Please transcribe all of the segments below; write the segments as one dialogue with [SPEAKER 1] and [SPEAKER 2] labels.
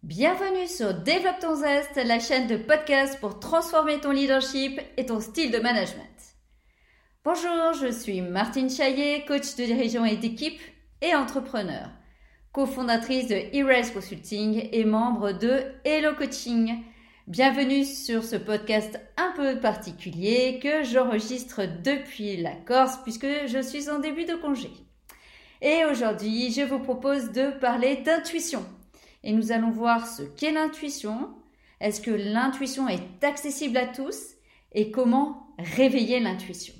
[SPEAKER 1] Bienvenue sur Développe ton Zest, la chaîne de podcast pour transformer ton leadership et ton style de management. Bonjour, je suis Martine Chaillet, coach de dirigeants et d'équipe et entrepreneur, cofondatrice de E-Rise Consulting et membre de Hello Coaching. Bienvenue sur ce podcast un peu particulier que j'enregistre depuis la Corse puisque je suis en début de congé. Et aujourd'hui, je vous propose de parler d'intuition. Et nous allons voir ce qu'est l'intuition, est-ce que l'intuition est accessible à tous et comment réveiller l'intuition.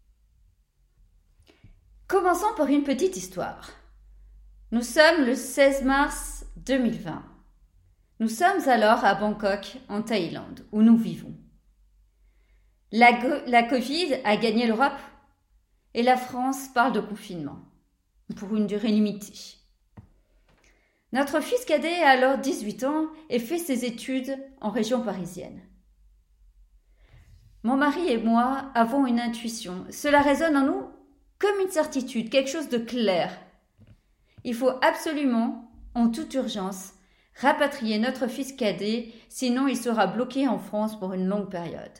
[SPEAKER 1] Commençons par une petite histoire. Nous sommes le 16 mars 2020. Nous sommes alors à Bangkok, en Thaïlande, où nous vivons. La Covid a gagné l'Europe et la France parle de confinement pour une durée limitée. Notre fils cadet a alors 18 ans et fait ses études en région parisienne. Mon mari et moi avons une intuition. Cela résonne en nous comme une certitude, quelque chose de clair. Il faut absolument, en toute urgence, rapatrier notre fils cadet, sinon il sera bloqué en France pour une longue période.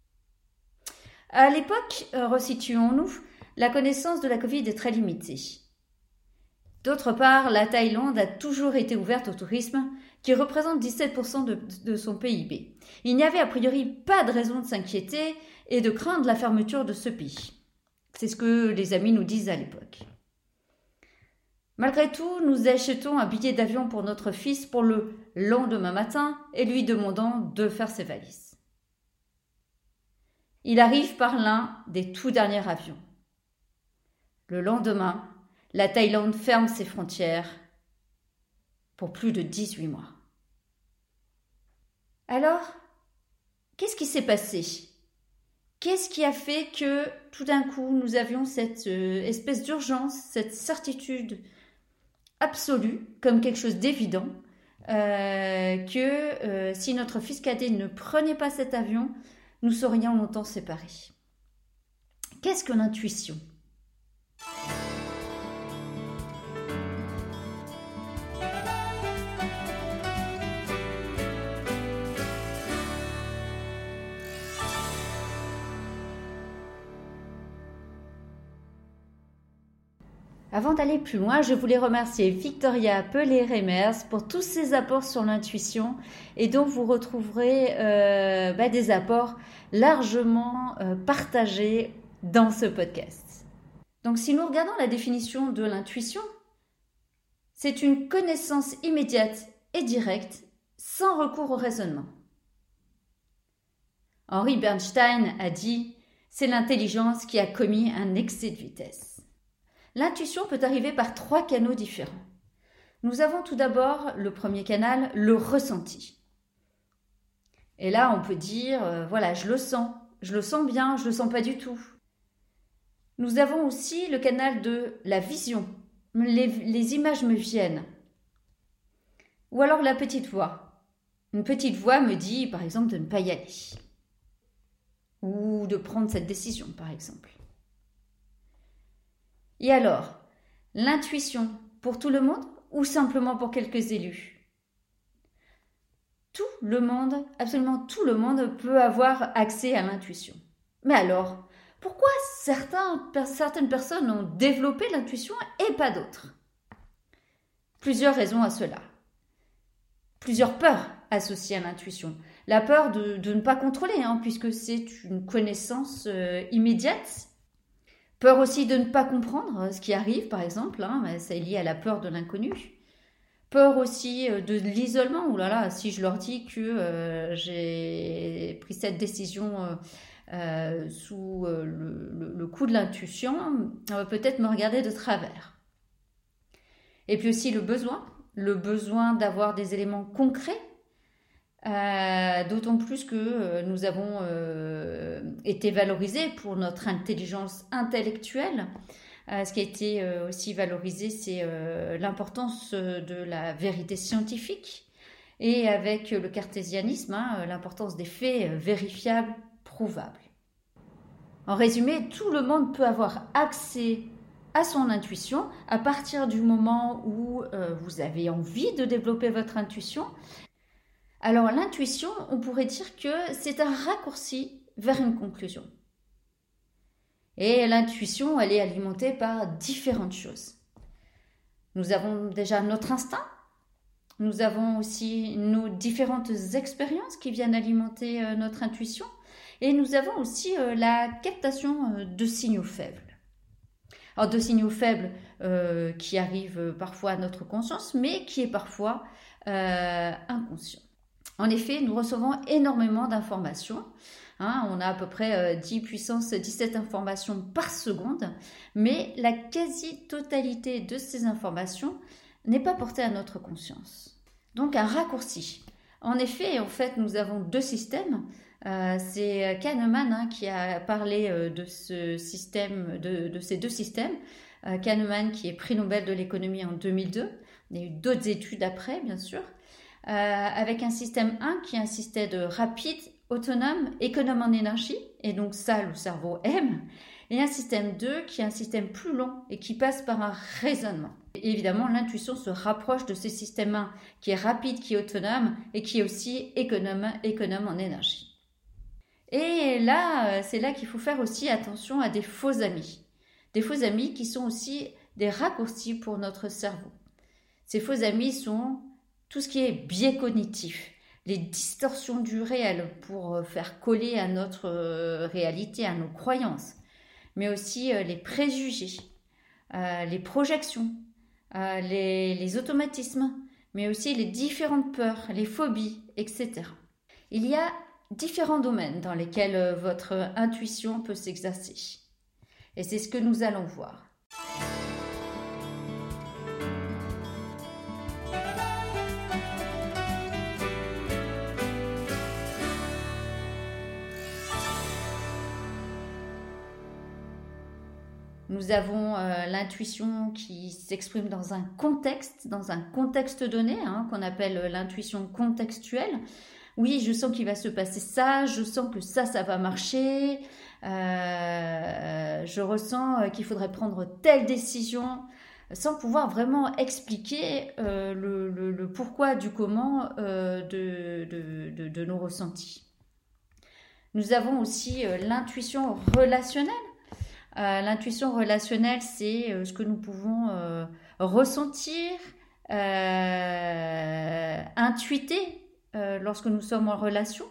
[SPEAKER 1] À l'époque, resituons-nous, la connaissance de la Covid est très limitée. D'autre part, la Thaïlande a toujours été ouverte au tourisme, qui représente 17% de son PIB. Il n'y avait a priori pas de raison de s'inquiéter et de craindre la fermeture de ce pays. C'est ce que les amis nous disent à l'époque. Malgré tout, nous achetons un billet d'avion pour notre fils pour le lendemain matin et lui demandons de faire ses valises. Il arrive par l'un des tout derniers avions. Le lendemain, la Thaïlande ferme ses frontières pour plus de 18 mois. Alors, qu'est-ce qui s'est passé ? Qu'est-ce qui a fait que tout d'un coup nous avions cette espèce d'urgence, cette certitude absolue, comme quelque chose d'évident, que si notre fils cadet ne prenait pas cet avion, nous serions longtemps séparés. Qu'est-ce que l'intuition ? Avant d'aller plus loin, je voulais remercier Victoria Pelé-Remers pour tous ses apports sur l'intuition et dont vous retrouverez des apports largement partagés dans ce podcast. Donc si nous regardons la définition de l'intuition, c'est une connaissance immédiate et directe sans recours au raisonnement. Henri Bernstein a dit « C'est l'intelligence qui a commis un excès de vitesse ». L'intuition peut arriver par 3 canaux différents. Nous avons tout d'abord le premier canal, le ressenti. Et là, on peut dire, je le sens bien, je le sens pas du tout. Nous avons aussi le canal de la vision, les images me viennent. Ou alors la petite voix. Une petite voix me dit, par exemple, de ne pas y aller. Ou de prendre cette décision, par exemple. Et alors, l'intuition pour tout le monde ou simplement pour quelques élus ? Tout le monde, absolument tout le monde peut avoir accès à l'intuition. Mais alors, pourquoi certaines personnes ont développé l'intuition et pas d'autres ? Plusieurs raisons à cela. Plusieurs peurs associées à l'intuition. La peur de ne pas contrôler, puisque c'est une connaissance immédiate. Peur aussi de ne pas comprendre ce qui arrive, par exemple, c'est lié à la peur de l'inconnu. Peur aussi de l'isolement, si je leur dis que j'ai pris cette décision sous le coup de l'intuition, on va peut-être me regarder de travers. Et puis aussi le besoin d'avoir des éléments concrets, d'autant plus que nous avons été valorisés pour notre intelligence intellectuelle. Ce qui a été aussi valorisé, c'est l'importance de la vérité scientifique et avec le cartésianisme, l'importance des faits vérifiables, prouvables. En résumé, tout le monde peut avoir accès à son intuition à partir du moment où vous avez envie de développer votre intuition. Alors l'intuition, on pourrait dire que c'est un raccourci vers une conclusion. Et l'intuition, elle est alimentée par différentes choses. Nous avons déjà notre instinct, nous avons aussi nos différentes expériences qui viennent alimenter notre intuition, et nous avons aussi la captation de signaux faibles. Alors de signaux faibles qui arrivent parfois à notre conscience, mais qui est parfois inconscient. En effet, nous recevons énormément d'informations. On a à peu près 10 puissance 17 informations par seconde, mais la quasi-totalité de ces informations n'est pas portée à notre conscience. Donc un raccourci. En effet, nous avons deux systèmes. C'est Kahneman qui a parlé de ce système, de ces deux systèmes. Kahneman qui est prix Nobel de l'économie en 2002. Il y a eu d'autres études après, bien sûr. Avec un système 1 qui est un système rapide, autonome, économe en énergie, et donc ça, le cerveau aime, et un système 2 qui est un système plus long et qui passe par un raisonnement. Et évidemment, l'intuition se rapproche de ce système 1 qui est rapide, qui est autonome, et qui est aussi économe en énergie. Et là, c'est là qu'il faut faire aussi attention à des faux amis. Des faux amis qui sont aussi des raccourcis pour notre cerveau. Ces faux amis sont tout ce qui est biais cognitif, les distorsions du réel pour faire coller à notre réalité, à nos croyances, mais aussi les préjugés, les projections, les automatismes, mais aussi les différentes peurs, les phobies, etc. Il y a différents domaines dans lesquels votre intuition peut s'exercer. Et c'est ce que nous allons voir. Nous avons l'intuition qui s'exprime dans un contexte donné, qu'on appelle l'intuition contextuelle. Oui, je sens qu'il va se passer ça, je sens que ça va marcher, je ressens qu'il faudrait prendre telle décision, sans pouvoir vraiment expliquer le pourquoi du comment de nos ressentis. Nous avons aussi l'intuition relationnelle. L'intuition relationnelle, c'est ce que nous pouvons ressentir, intuiter lorsque nous sommes en relation.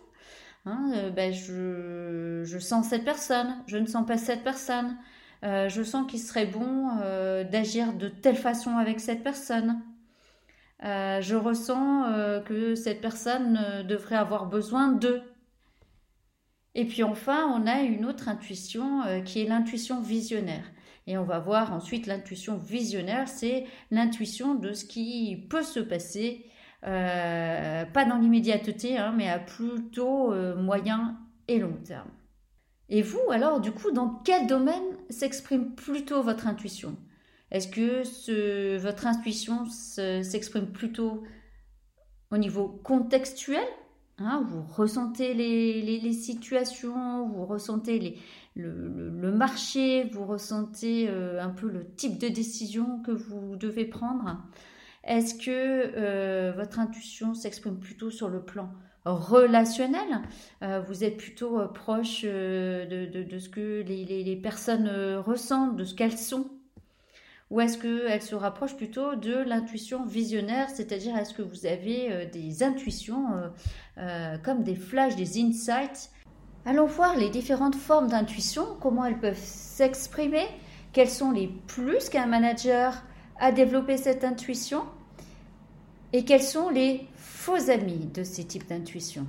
[SPEAKER 1] Je sens cette personne, je ne sens pas cette personne. Je sens qu'il serait bon d'agir de telle façon avec cette personne. Je ressens que cette personne devrait avoir besoin d'eux. Et puis enfin, on a une autre intuition qui est l'intuition visionnaire. Et on va voir ensuite l'intuition visionnaire, c'est l'intuition de ce qui peut se passer, pas dans l'immédiateté, mais à plutôt moyen et long terme. Et vous, alors, du coup, dans quel domaine s'exprime plutôt votre intuition ? Est-ce que votre intuition s'exprime plutôt au niveau contextuel ? Vous ressentez les situations, vous ressentez le marché, vous ressentez un peu le type de décision que vous devez prendre. Est-ce que votre intuition s'exprime plutôt sur le plan relationnel ? Vous êtes plutôt proche de ce que les personnes ressentent, de ce qu'elles sont ? Ou est-ce qu'elle se rapproche plutôt de l'intuition visionnaire, c'est-à-dire est-ce que vous avez des intuitions comme des flashs, des insights ? Allons voir les différentes formes d'intuition, comment elles peuvent s'exprimer, quels sont les plus qu'un manager a développé cette intuition et quels sont les faux amis de ces types d'intuition.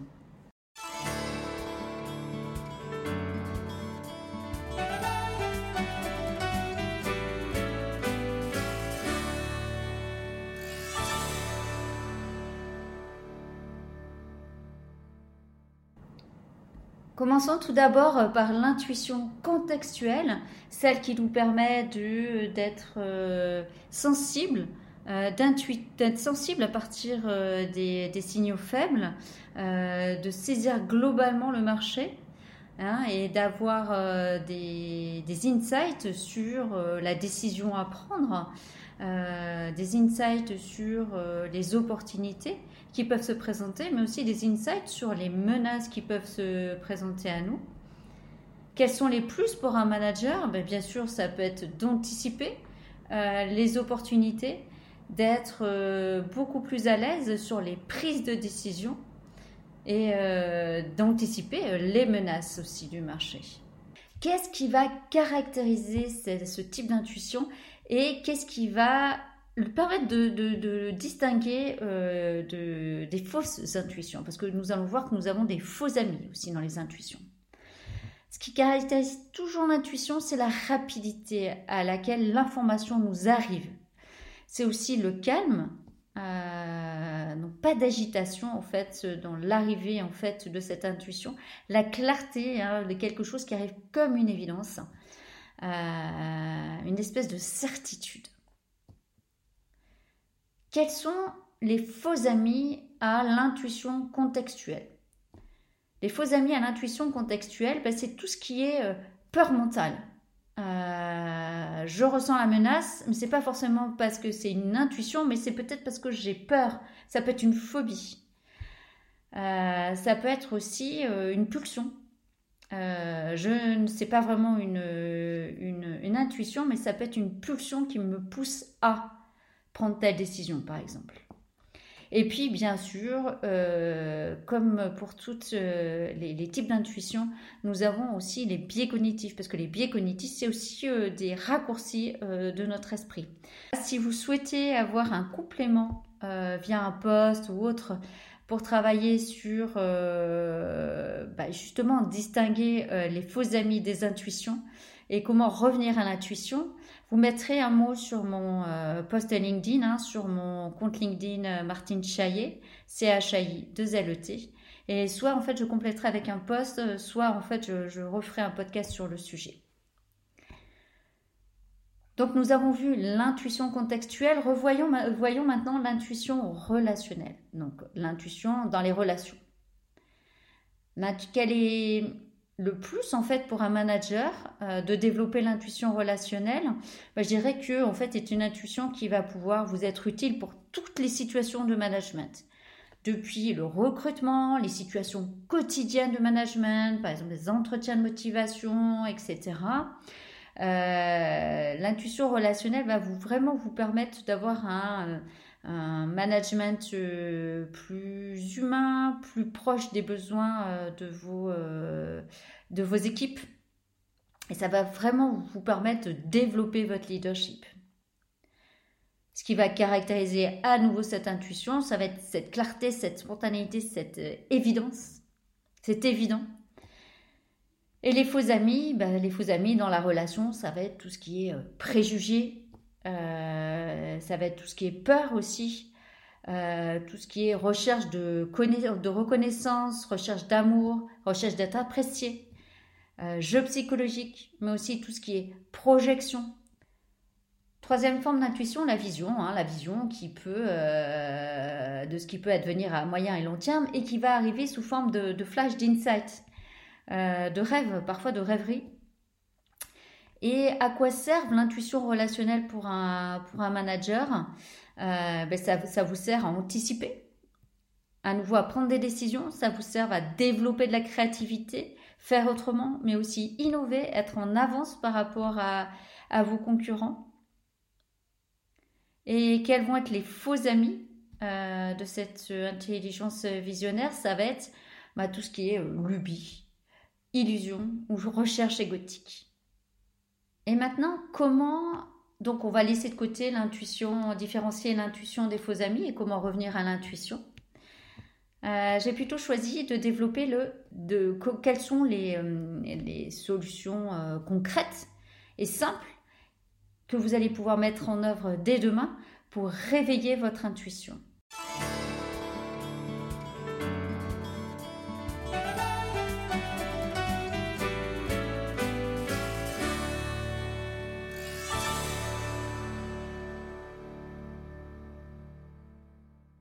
[SPEAKER 1] Commençons tout d'abord par l'intuition contextuelle, celle qui nous permet d'être sensible, d'être sensible à partir des signaux faibles, de saisir globalement le marché, hein, et d'avoir des insights sur la décision à prendre, des insights sur les opportunités qui peuvent se présenter, mais aussi des insights sur les menaces qui peuvent se présenter à nous. Quels sont les plus pour un manager? Bien sûr, ça peut être d'anticiper les opportunités, d'être beaucoup plus à l'aise sur les prises de décision et d'anticiper les menaces aussi du marché. Qu'est-ce qui va caractériser ce type d'intuition et qu'est-ce qui va lui permettre de distinguer des fausses intuitions? Parce que nous allons voir que nous avons des faux amis aussi dans les intuitions. Ce qui caractérise toujours l'intuition, c'est la rapidité à laquelle l'information nous arrive. C'est aussi le calme, donc pas d'agitation en fait dans l'arrivée en fait de cette intuition, la clarté de quelque chose qui arrive comme une évidence, une espèce de certitude. Quels sont les faux amis à l'intuition contextuelle? Les faux amis à l'intuition contextuelle, c'est tout ce qui est peur mentale. Je ressens la menace, mais c'est pas forcément parce que c'est une intuition, mais c'est peut-être parce que j'ai peur. Ça peut être une phobie. Ça peut être aussi une pulsion. Je ne sais pas vraiment une intuition, mais ça peut être une pulsion qui me pousse à prendre telle décision, par exemple. Et puis, bien sûr, comme pour tous les types d'intuition, nous avons aussi les biais cognitifs, parce que les biais cognitifs, c'est aussi des raccourcis de notre esprit. Si vous souhaitez avoir un complément via un post ou autre pour travailler sur justement distinguer les faux amis des intuitions et comment revenir à l'intuition, vous mettrez un mot sur mon post LinkedIn, sur mon compte LinkedIn Martine Chaillet, CHAI2LET. Et soit en fait je compléterai avec un post, soit en fait je referai un podcast sur le sujet. Donc nous avons vu l'intuition contextuelle, voyons maintenant l'intuition relationnelle. Donc l'intuition dans les relations. Quelle est le plus en fait pour un manager de développer l'intuition relationnelle? Je dirais que en fait c'est une intuition qui va pouvoir vous être utile pour toutes les situations de management, depuis le recrutement, les situations quotidiennes de management, par exemple les entretiens de motivation, etc. L'intuition relationnelle va vraiment vous permettre d'avoir un management plus humain, plus proche des besoins de vos équipes. Et ça va vraiment vous permettre de développer votre leadership. Ce qui va caractériser à nouveau cette intuition, ça va être cette clarté, cette spontanéité, cette évidence. C'est évident. Et les faux amis dans la relation, ça va être tout ce qui est préjugés, ça va être tout ce qui est peur aussi, tout ce qui est recherche de reconnaissance, recherche d'amour, recherche d'être apprécié, jeu psychologique, mais aussi tout ce qui est projection. Troisième forme d'intuition, la vision qui peut de ce qui peut advenir à moyen et long terme et qui va arriver sous forme de flash d'insight. De rêve, parfois de rêverie. Et à quoi sert l'intuition relationnelle pour un manager? Ça vous sert à anticiper, à nouveau à prendre des décisions, ça vous sert à développer de la créativité, faire autrement, mais aussi innover, être en avance par rapport à vos concurrents. Et quels vont être les faux amis de cette intelligence visionnaire? Ça va être tout ce qui est lubie, illusion ou recherche égotique. Et maintenant, donc on va laisser de côté l'intuition, différencier l'intuition des faux amis et comment revenir à l'intuition. J'ai plutôt choisi de développer quelles sont les solutions concrètes et simples que vous allez pouvoir mettre en œuvre dès demain pour réveiller votre intuition.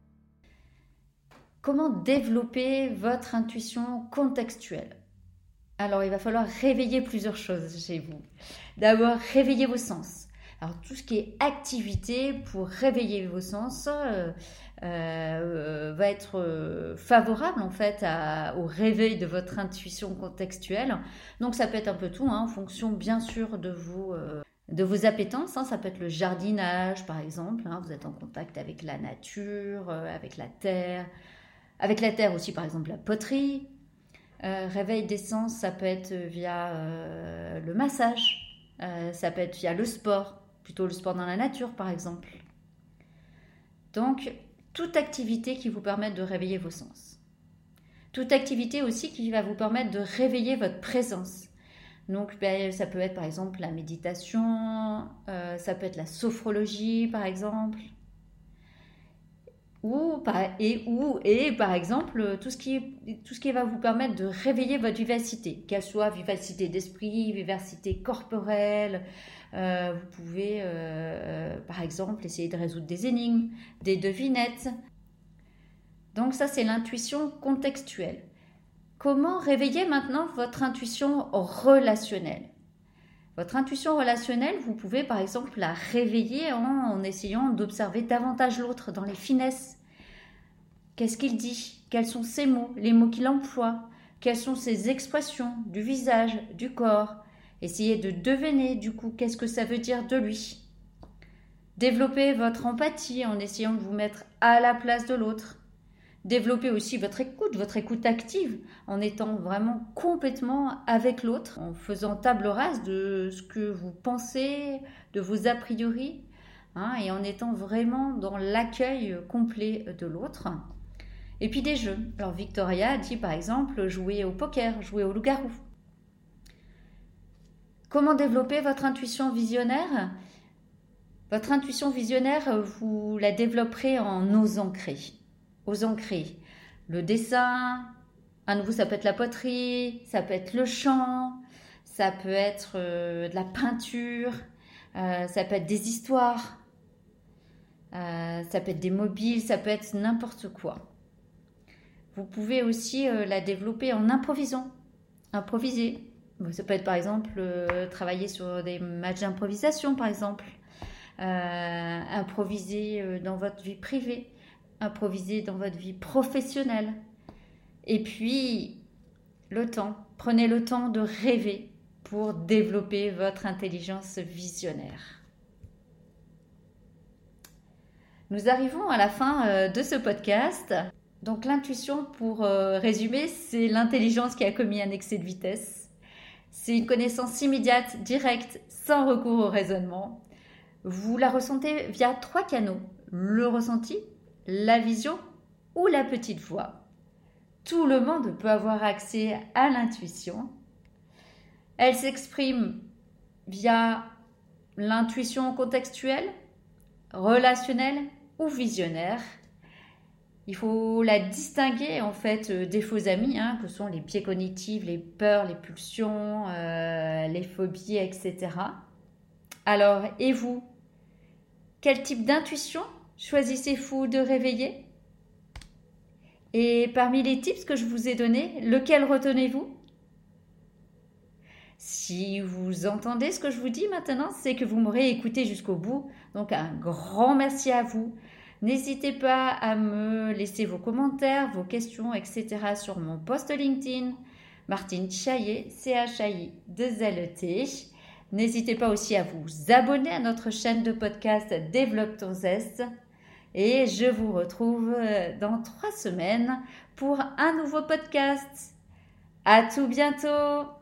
[SPEAKER 1] Comment développer votre intuition contextuelle? Alors, il va falloir réveiller plusieurs choses chez vous. D'abord, réveiller vos sens. Alors, tout ce qui est activité pour réveiller vos sens va être favorable en fait au réveil de votre intuition contextuelle. Donc, ça peut être un peu tout, en fonction bien sûr de vos appétences. Ça peut être le jardinage, par exemple. Vous êtes en contact avec la nature, avec la terre. Avec la terre aussi, par exemple, la poterie. Réveil des sens, ça peut être via le massage, ça peut être via le sport, plutôt le sport dans la nature par exemple. Donc, toute activité qui vous permette de réveiller vos sens. Toute activité aussi qui va vous permettre de réveiller votre présence. Donc, ça peut être par exemple la méditation, ça peut être la sophrologie par exemple. Et par exemple tout ce qui va vous permettre de réveiller votre vivacité, qu'elle soit vivacité d'esprit, vivacité corporelle. Vous pouvez par exemple essayer de résoudre des énigmes, des devinettes. Donc ça c'est l'intuition contextuelle. Comment réveiller maintenant votre intuition relationnelle? Votre intuition relationnelle, vous pouvez par exemple la réveiller en essayant d'observer davantage l'autre dans les finesses. Qu'est-ce qu'il dit? Quels sont ses mots, les mots qu'il emploie? Quelles sont ses expressions du visage, du corps? Essayez de deviner du coup qu'est-ce que ça veut dire de lui. Développez votre empathie en essayant de vous mettre à la place de l'autre. Développez aussi votre écoute active, en étant vraiment complètement avec l'autre, en faisant table rase de ce que vous pensez, de vos a priori, et en étant vraiment dans l'accueil complet de l'autre. Et puis des jeux. Alors Victoria dit par exemple jouer au poker, jouer au loup-garou. Comment développer votre intuition visionnaire? Votre intuition visionnaire, vous la développerez en osant créer. Osant créer. Le dessin, à nouveau ça peut être la poterie, ça peut être le chant, ça peut être de la peinture, ça peut être des histoires, ça peut être des mobiles, ça peut être n'importe quoi. Vous pouvez aussi la développer en improvisant. Improviser. Ça peut être par exemple travailler sur des matchs d'improvisation par exemple. Improviser dans votre vie privée. Improviser dans votre vie professionnelle. Et puis, le temps. Prenez le temps de rêver pour développer votre intelligence visionnaire. Nous arrivons à la fin de ce podcast. Donc l'intuition, pour résumer, c'est l'intelligence qui a commis un excès de vitesse. C'est une connaissance immédiate, directe, sans recours au raisonnement. Vous la ressentez via 3 canaux. Le ressenti, la vision ou la petite voix. Tout le monde peut avoir accès à l'intuition. Elle s'exprime via l'intuition contextuelle, relationnelle ou visionnaire. Il faut la distinguer en fait des faux amis, que sont les biais cognitifs, les peurs, les pulsions, les phobies, etc. Alors, et vous? Quel type d'intuition choisissez-vous de réveiller? Et parmi les tips que je vous ai donnés, lequel retenez-vous? Si vous entendez ce que je vous dis maintenant, c'est que vous m'aurez écouté jusqu'au bout. Donc un grand merci à vous. N'hésitez pas à me laisser vos commentaires, vos questions, etc. sur mon post LinkedIn, Martine Chaillet, CHAI2LET. N'hésitez pas aussi à vous abonner à notre chaîne de podcast Développe ton zeste. Et je vous retrouve dans 3 semaines pour un nouveau podcast. À tout bientôt!